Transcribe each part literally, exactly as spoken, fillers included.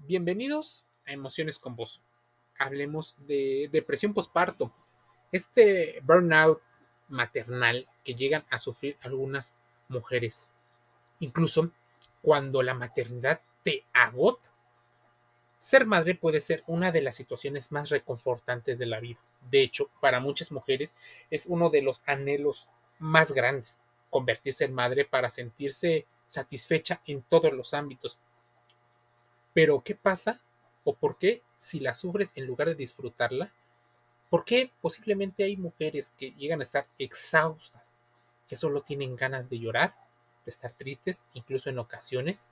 Bienvenidos a Emociones con Vos. Hablemos de depresión postparto. Este burnout maternal que llegan a sufrir algunas mujeres, incluso cuando la maternidad te agota. Ser madre puede ser una de las situaciones más reconfortantes de la vida. De hecho, para muchas mujeres es uno de los anhelos más grandes, convertirse en madre para sentirse satisfecha en todos los ámbitos. Pero, ¿qué pasa o por qué si la sufres en lugar de disfrutarla? ¿Por qué posiblemente hay mujeres que llegan a estar exhaustas, que solo tienen ganas de llorar, de estar tristes, incluso en ocasiones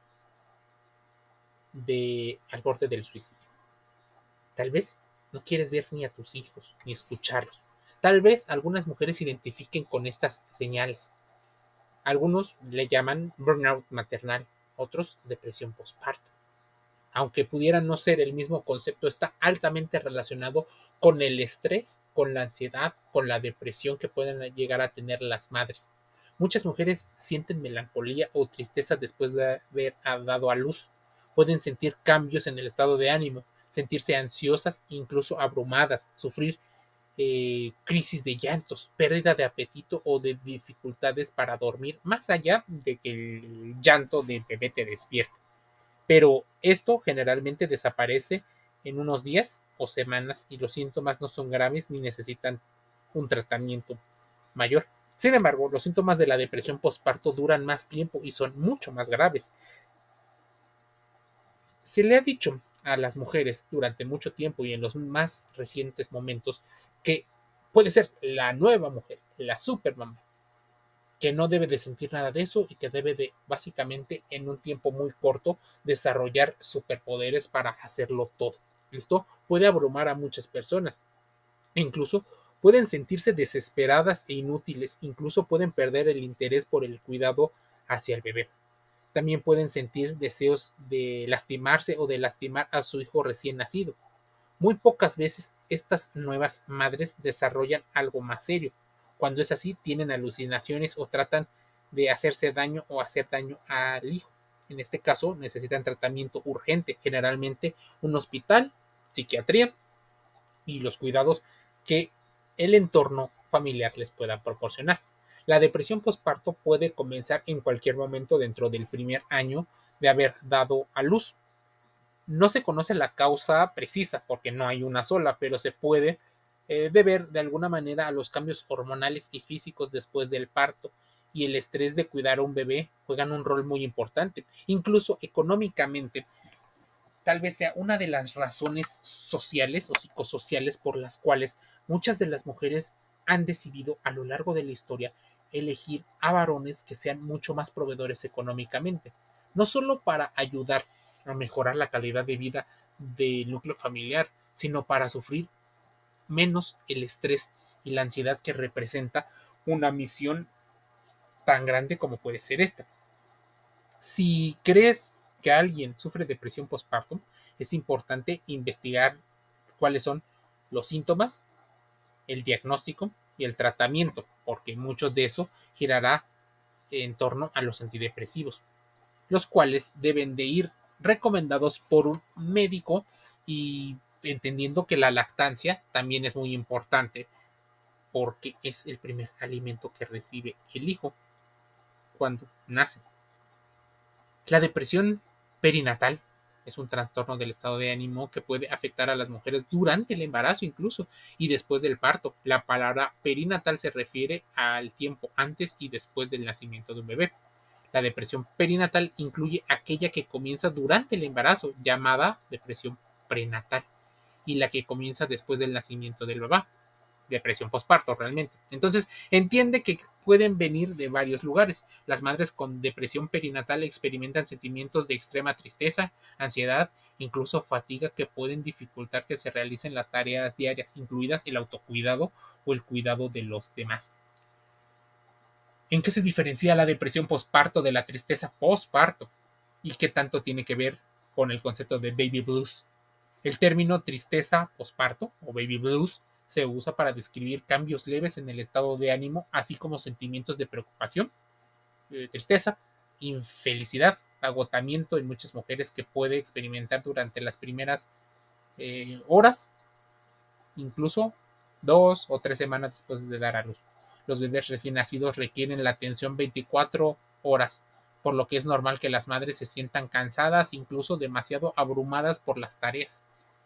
de al borde del suicidio? Tal vez no quieres ver ni a tus hijos, ni escucharlos. Tal vez algunas mujeres se identifiquen con estas señales. Algunos le llaman burnout maternal, otros depresión postparto. Aunque pudiera no ser el mismo concepto, está altamente relacionado con el estrés, con la ansiedad, con la depresión que pueden llegar a tener las madres. Muchas mujeres sienten melancolía o tristeza después de haber dado a luz. Pueden sentir cambios en el estado de ánimo, sentirse ansiosas, incluso abrumadas, sufrir eh, crisis de llantos, pérdida de apetito o de dificultades para dormir, más allá de que el llanto del bebé te despierte. Pero esto generalmente desaparece en unos días o semanas y los síntomas no son graves ni necesitan un tratamiento mayor. Sin embargo, los síntomas de la depresión postparto duran más tiempo y son mucho más graves. Se le ha dicho a las mujeres durante mucho tiempo y en los más recientes momentos que puede ser la nueva mujer, la supermamá, que no debe de sentir nada de eso y que debe de, básicamente, en un tiempo muy corto, desarrollar superpoderes para hacerlo todo. Esto puede abrumar a muchas personas. E incluso pueden sentirse desesperadas e inútiles, incluso pueden perder el interés por el cuidado hacia el bebé. También pueden sentir deseos de lastimarse o de lastimar a su hijo recién nacido. Muy pocas veces estas nuevas madres desarrollan algo más serio. Cuando es así, tienen alucinaciones o tratan de hacerse daño o hacer daño al hijo. En este caso, necesitan tratamiento urgente, generalmente un hospital, psiquiatría y los cuidados que el entorno familiar les pueda proporcionar. La depresión postparto puede comenzar en cualquier momento dentro del primer año de haber dado a luz. No se conoce la causa precisa porque no hay una sola, pero se puede eh, deber de alguna manera a los cambios hormonales y físicos después del parto, y el estrés de cuidar a un bebé juegan un rol muy importante. Incluso económicamente, tal vez sea una de las razones sociales o psicosociales por las cuales muchas de las mujeres han decidido a lo largo de la historia elegir a varones que sean mucho más proveedores económicamente, no solo para ayudar a mejorar la calidad de vida del núcleo familiar, sino para sufrir menos el estrés y la ansiedad que representa una misión tan grande como puede ser esta. Si crees que alguien sufre depresión postpartum, es importante investigar cuáles son los síntomas, el diagnóstico y el tratamiento, porque mucho de eso girará en torno a los antidepresivos, los cuales deben de ir recomendados por un médico, y entendiendo que la lactancia también es muy importante porque es el primer alimento que recibe el hijo cuando nace. La depresión perinatal es un trastorno del estado de ánimo que puede afectar a las mujeres durante el embarazo incluso y después del parto. La palabra perinatal se refiere al tiempo antes y después del nacimiento de un bebé. La depresión perinatal incluye aquella que comienza durante el embarazo, llamada depresión prenatal, y la que comienza después del nacimiento del bebé, depresión postparto realmente. Entonces, entiende que pueden venir de varios lugares. Las madres con depresión perinatal experimentan sentimientos de extrema tristeza, ansiedad, incluso fatiga, que pueden dificultar que se realicen las tareas diarias, incluidas el autocuidado o el cuidado de los demás. ¿En qué se diferencia la depresión postparto de la tristeza postparto? ¿Y qué tanto tiene que ver con el concepto de baby blues? El término tristeza postparto o baby blues se usa para describir cambios leves en el estado de ánimo, así como sentimientos de preocupación, eh, tristeza, infelicidad, agotamiento en muchas mujeres que puede experimentar durante las primeras eh, horas, incluso dos o tres semanas después de dar a luz. Los bebés recién nacidos requieren la atención veinticuatro horas, por lo que es normal que las madres se sientan cansadas, incluso demasiado abrumadas por las tareas.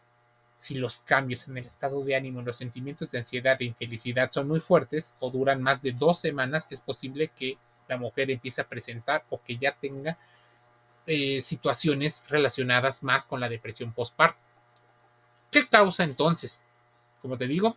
Si los cambios en el estado de ánimo y los sentimientos de ansiedad e infelicidad son muy fuertes o duran más de dos semanas, es posible que la mujer empiece a presentar o que ya tenga eh, situaciones relacionadas más con la depresión postparto. ¿Qué causa entonces? Como te digo,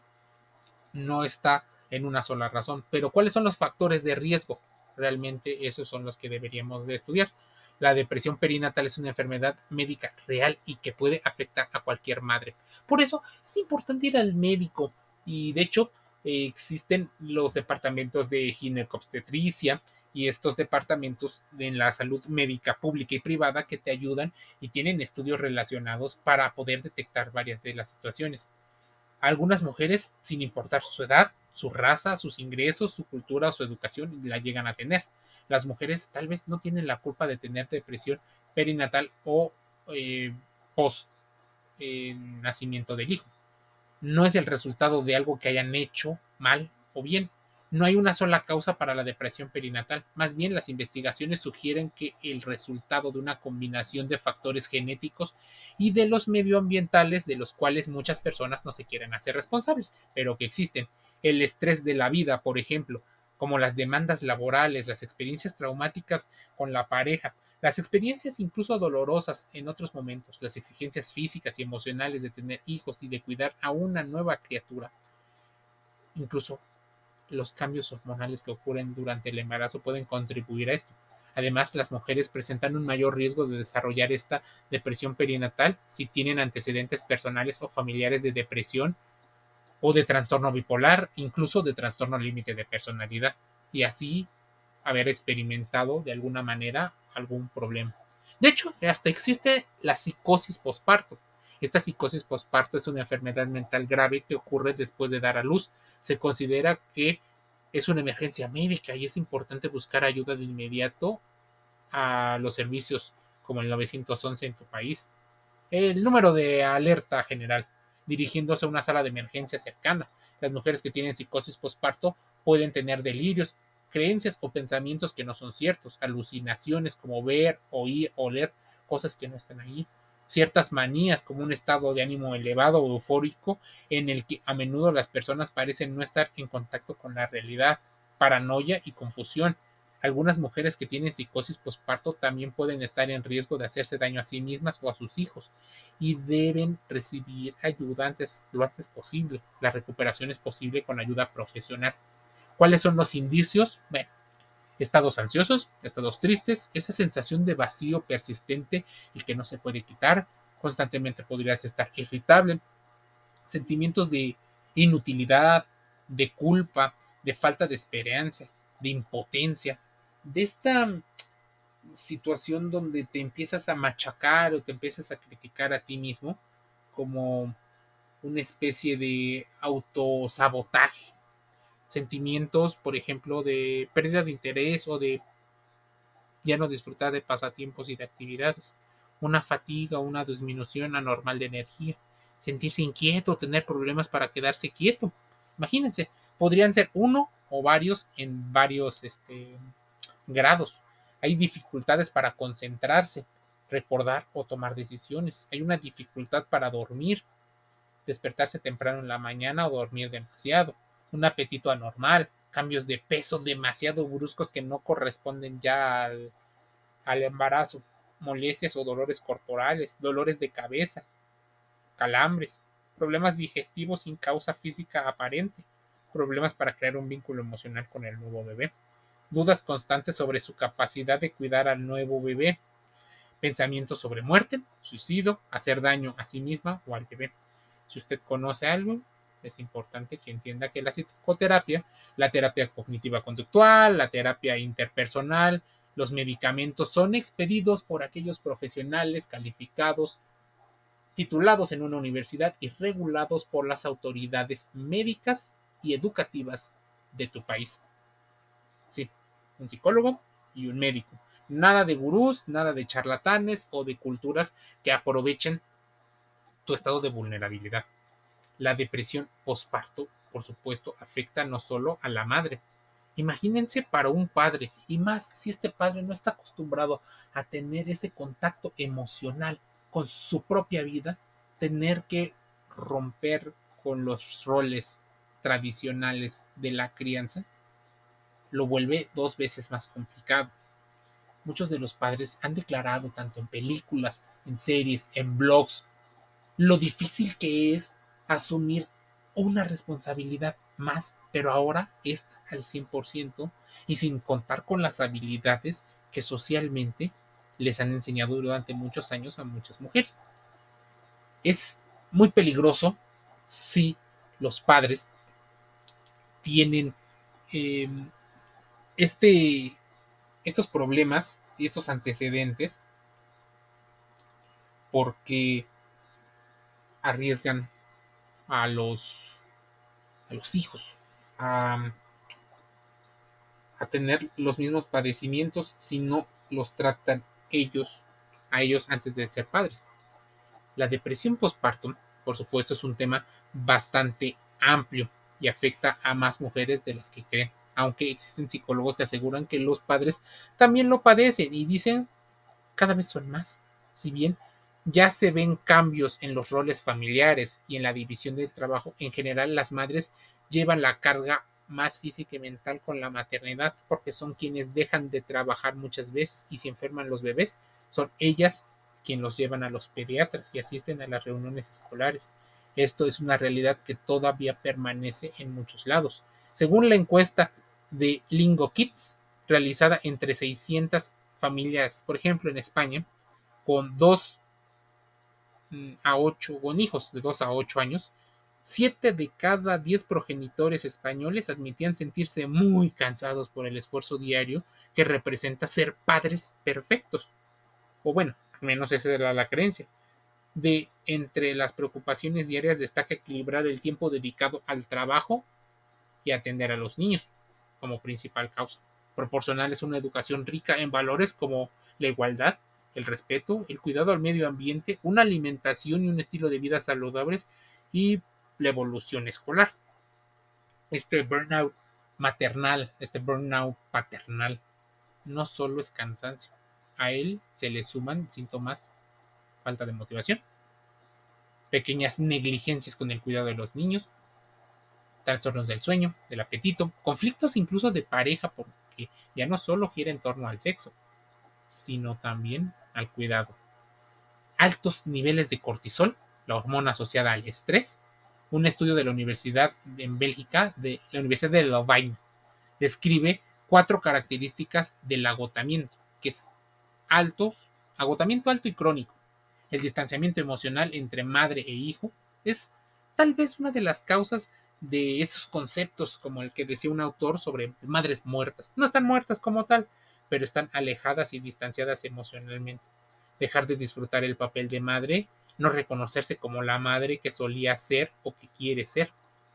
no está en una sola razón, pero ¿cuáles son los factores de riesgo? Realmente esos son los que deberíamos de estudiar. La depresión perinatal es una enfermedad médica real y que puede afectar a cualquier madre. Por eso es importante ir al médico y de hecho eh, existen los departamentos de ginecobstetricia y estos departamentos en la salud médica pública y privada que te ayudan y tienen estudios relacionados para poder detectar varias de las situaciones. Algunas mujeres, sin importar su edad, su raza, sus ingresos, su cultura o su educación, la llegan a tener. Las mujeres tal vez no tienen la culpa de tener depresión perinatal o eh, post eh, nacimiento del hijo. No es el resultado de algo que hayan hecho mal o bien. No hay una sola causa para la depresión perinatal. Más bien, las investigaciones sugieren que el resultado de una combinación de factores genéticos y de los medioambientales de los cuales muchas personas no se quieren hacer responsables, pero que existen. El estrés de la vida, por ejemplo, como las demandas laborales, las experiencias traumáticas con la pareja, las experiencias incluso dolorosas en otros momentos, las exigencias físicas y emocionales de tener hijos y de cuidar a una nueva criatura, incluso los cambios hormonales que ocurren durante el embarazo pueden contribuir a esto. Además, las mujeres presentan un mayor riesgo de desarrollar esta depresión perinatal si tienen antecedentes personales o familiares de depresión o de trastorno bipolar, incluso de trastorno límite de personalidad, y así haber experimentado de alguna manera algún problema. De hecho, hasta existe la psicosis posparto. Esta psicosis posparto es una enfermedad mental grave que ocurre después de dar a luz. Se considera que es una emergencia médica y es importante buscar ayuda de inmediato a los servicios como el nueve once en tu país. El número de alerta general, dirigiéndose a una sala de emergencia cercana. Las mujeres que tienen psicosis posparto pueden tener delirios, creencias o pensamientos que no son ciertos, alucinaciones como ver, oír, oler cosas que no están ahí, ciertas manías como un estado de ánimo elevado o eufórico en el que a menudo las personas parecen no estar en contacto con la realidad, paranoia y confusión. Algunas mujeres que tienen psicosis posparto también pueden estar en riesgo de hacerse daño a sí mismas o a sus hijos y deben recibir ayuda antes, lo antes posible. La recuperación es posible con ayuda profesional. ¿Cuáles son los indicios? Bueno, estados ansiosos, estados tristes, esa sensación de vacío persistente y que no se puede quitar. Constantemente podrías estar irritable, sentimientos de inutilidad, de culpa, de falta de esperanza, de impotencia, de esta situación donde te empiezas a machacar o te empiezas a criticar a ti mismo como una especie de autosabotaje. Sentimientos, por ejemplo, de pérdida de interés o de ya no disfrutar de pasatiempos y de actividades. Una fatiga o una disminución anormal de energía. Sentirse inquieto, tener problemas para quedarse quieto. Imagínense, podrían ser uno o varios en varios este, grados. Hay dificultades para concentrarse, recordar o tomar decisiones. Hay una dificultad para dormir, despertarse temprano en la mañana o dormir demasiado. Un apetito anormal, cambios de peso demasiado bruscos que no corresponden ya al, al embarazo, molestias o dolores corporales, dolores de cabeza, calambres, problemas digestivos sin causa física aparente, problemas para crear un vínculo emocional con el nuevo bebé, dudas constantes sobre su capacidad de cuidar al nuevo bebé, pensamientos sobre muerte, suicidio, hacer daño a sí misma o al bebé. Si usted conoce algo, es importante que entienda que la psicoterapia, la terapia cognitiva conductual, la terapia interpersonal, los medicamentos son expedidos por aquellos profesionales calificados, titulados en una universidad y regulados por las autoridades médicas y educativas de tu país. Sí, un psicólogo y un médico. Nada de gurús, nada de charlatanes o de culturas que aprovechen tu estado de vulnerabilidad. La depresión postparto, por supuesto, afecta no solo a la madre. Imagínense para un padre, y más si este padre no está acostumbrado a tener ese contacto emocional con su propia vida, tener que romper con los roles tradicionales de la crianza, lo vuelve dos veces más complicado. Muchos de los padres han declarado, tanto en películas, en series, en blogs, lo difícil que es asumir una responsabilidad más, pero ahora es al cien por ciento y sin contar con las habilidades que socialmente les han enseñado durante muchos años a muchas mujeres. Es muy peligroso si los padres tienen eh, este, estos problemas y estos antecedentes porque arriesgan a los, a los hijos a, a tener los mismos padecimientos si no los tratan ellos a ellos antes de ser padres. La depresión postpartum, por supuesto, es un tema bastante amplio y afecta a más mujeres de las que creen, aunque existen psicólogos que aseguran que los padres también lo padecen y dicen cada vez son más. Si bien ya se ven cambios en los roles familiares y en la división del trabajo, en general las madres llevan la carga más física y mental con la maternidad porque son quienes dejan de trabajar muchas veces y si enferman los bebés, son ellas quienes los llevan a los pediatras y asisten a las reuniones escolares. Esto es una realidad que todavía permanece en muchos lados. Según la encuesta de Lingo Kids, realizada entre seiscientas familias, por ejemplo, en España, con dos a ocho, con hijos de dos a ocho años, siete de cada diez progenitores españoles admitían sentirse muy cansados por el esfuerzo diario que representa ser padres perfectos. O bueno, al menos esa era la creencia. De entre las preocupaciones diarias destaca equilibrar el tiempo dedicado al trabajo y atender a los niños como principal causa. Proporcionarles una educación rica en valores como la igualdad, el respeto, el cuidado al medio ambiente, una alimentación y un estilo de vida saludables y la evolución escolar. Este burnout maternal, este burnout paternal, no solo es cansancio, a él se le suman síntomas, falta de motivación, pequeñas negligencias con el cuidado de los niños, trastornos del sueño, del apetito, conflictos incluso de pareja porque ya no solo gira en torno al sexo, sino también al cuidado. Altos niveles de cortisol, la hormona asociada al estrés. Un estudio de la Universidad en Bélgica, de la Universidad de Louvain, describe cuatro características del agotamiento, que es alto, agotamiento alto y crónico. El distanciamiento emocional entre madre e hijo es tal vez una de las causas de esos conceptos como el que decía un autor sobre madres muertas. No están muertas como tal, pero están alejadas y distanciadas emocionalmente. Dejar de disfrutar el papel de madre, no reconocerse como la madre que solía ser o que quiere ser.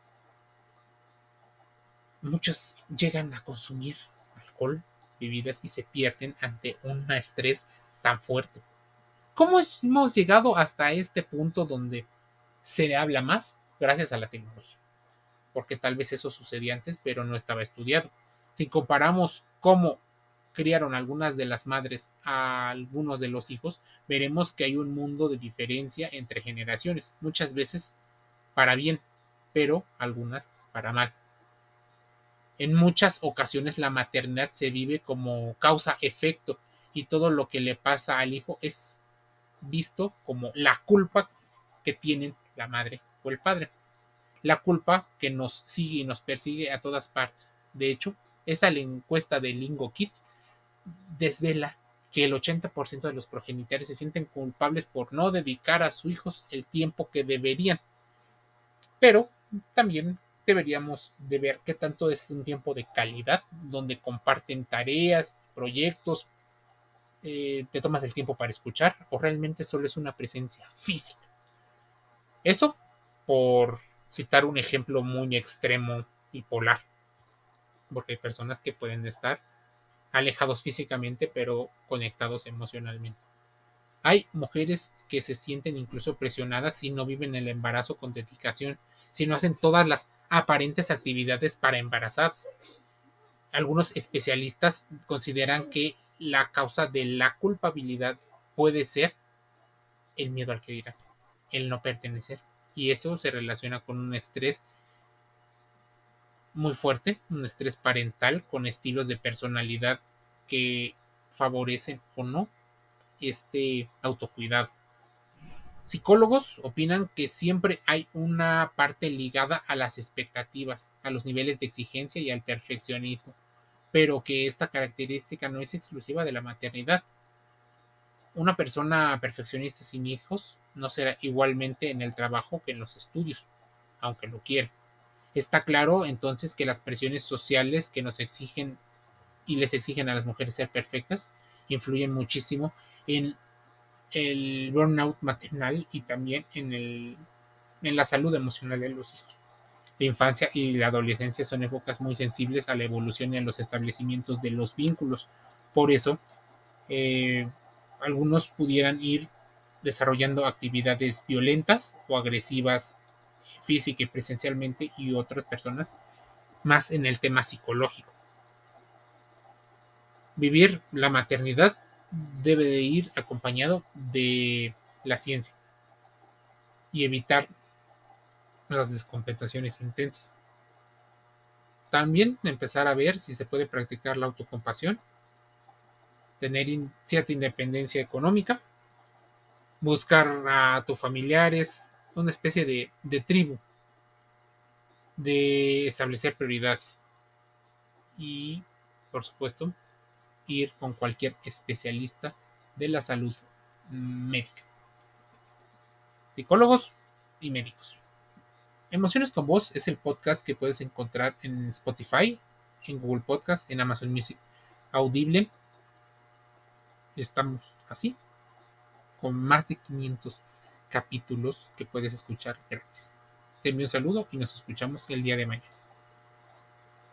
Muchas llegan a consumir alcohol, bebidas y se pierden ante un estrés tan fuerte. ¿Cómo hemos llegado hasta este punto donde se habla más? Gracias a la tecnología. Porque tal vez eso sucedía antes, pero no estaba estudiado. Si comparamos cómo criaron algunas de las madres a algunos de los hijos, veremos que hay un mundo de diferencia entre generaciones, muchas veces para bien, pero algunas para mal. En muchas ocasiones la maternidad se vive como causa-efecto y todo lo que le pasa al hijo es visto como la culpa que tienen la madre o el padre. La culpa que nos sigue y nos persigue a todas partes. De hecho, esa encuesta de Lingo Kids desvela que el ochenta por ciento de los progenitores se sienten culpables por no dedicar a sus hijos el tiempo que deberían. Pero también deberíamos de ver qué tanto es un tiempo de calidad, donde comparten tareas, proyectos, eh, te tomas el tiempo para escuchar o realmente solo es una presencia física. Eso por citar un ejemplo muy extremo y polar, porque hay personas que pueden estar alejados físicamente, pero conectados emocionalmente. Hay mujeres que se sienten incluso presionadas si no viven el embarazo con dedicación, si no hacen todas las aparentes actividades para embarazadas. Algunos especialistas consideran que la causa de la culpabilidad puede ser el miedo al que dirán, el no pertenecer. Y eso se relaciona con un estrés muy fuerte, un estrés parental con estilos de personalidad que favorecen o no este autocuidado. Psicólogos opinan que siempre hay una parte ligada a las expectativas, a los niveles de exigencia y al perfeccionismo, pero que esta característica no es exclusiva de la maternidad. Una persona perfeccionista sin hijos no será igualmente en el trabajo que en los estudios, aunque lo quiera. Está claro entonces que las presiones sociales que nos exigen y les exigen a las mujeres ser perfectas influyen muchísimo en el burnout maternal y también en, el, en la salud emocional de los hijos. La infancia y la adolescencia son épocas muy sensibles a la evolución y a los establecimientos de los vínculos. Por eso, eh, algunos pudieran ir desarrollando actividades violentas o agresivas física y presencialmente, y otras personas más en el tema psicológico. Vivir la maternidad debe de ir acompañado de la ciencia y evitar las descompensaciones intensas. También empezar a ver si se puede practicar la autocompasión, tener in- cierta independencia económica, buscar a tus familiares, una especie de, de tribu, de establecer prioridades y, por supuesto, ir con cualquier especialista de la salud médica, psicólogos y médicos. Emociones con Voz es el podcast que puedes encontrar en Spotify, en Google Podcast, en Amazon Music Audible. Estamos así, con más de quinientos capítulos que puedes escuchar gratis. Te envío un saludo y nos escuchamos el día de mañana.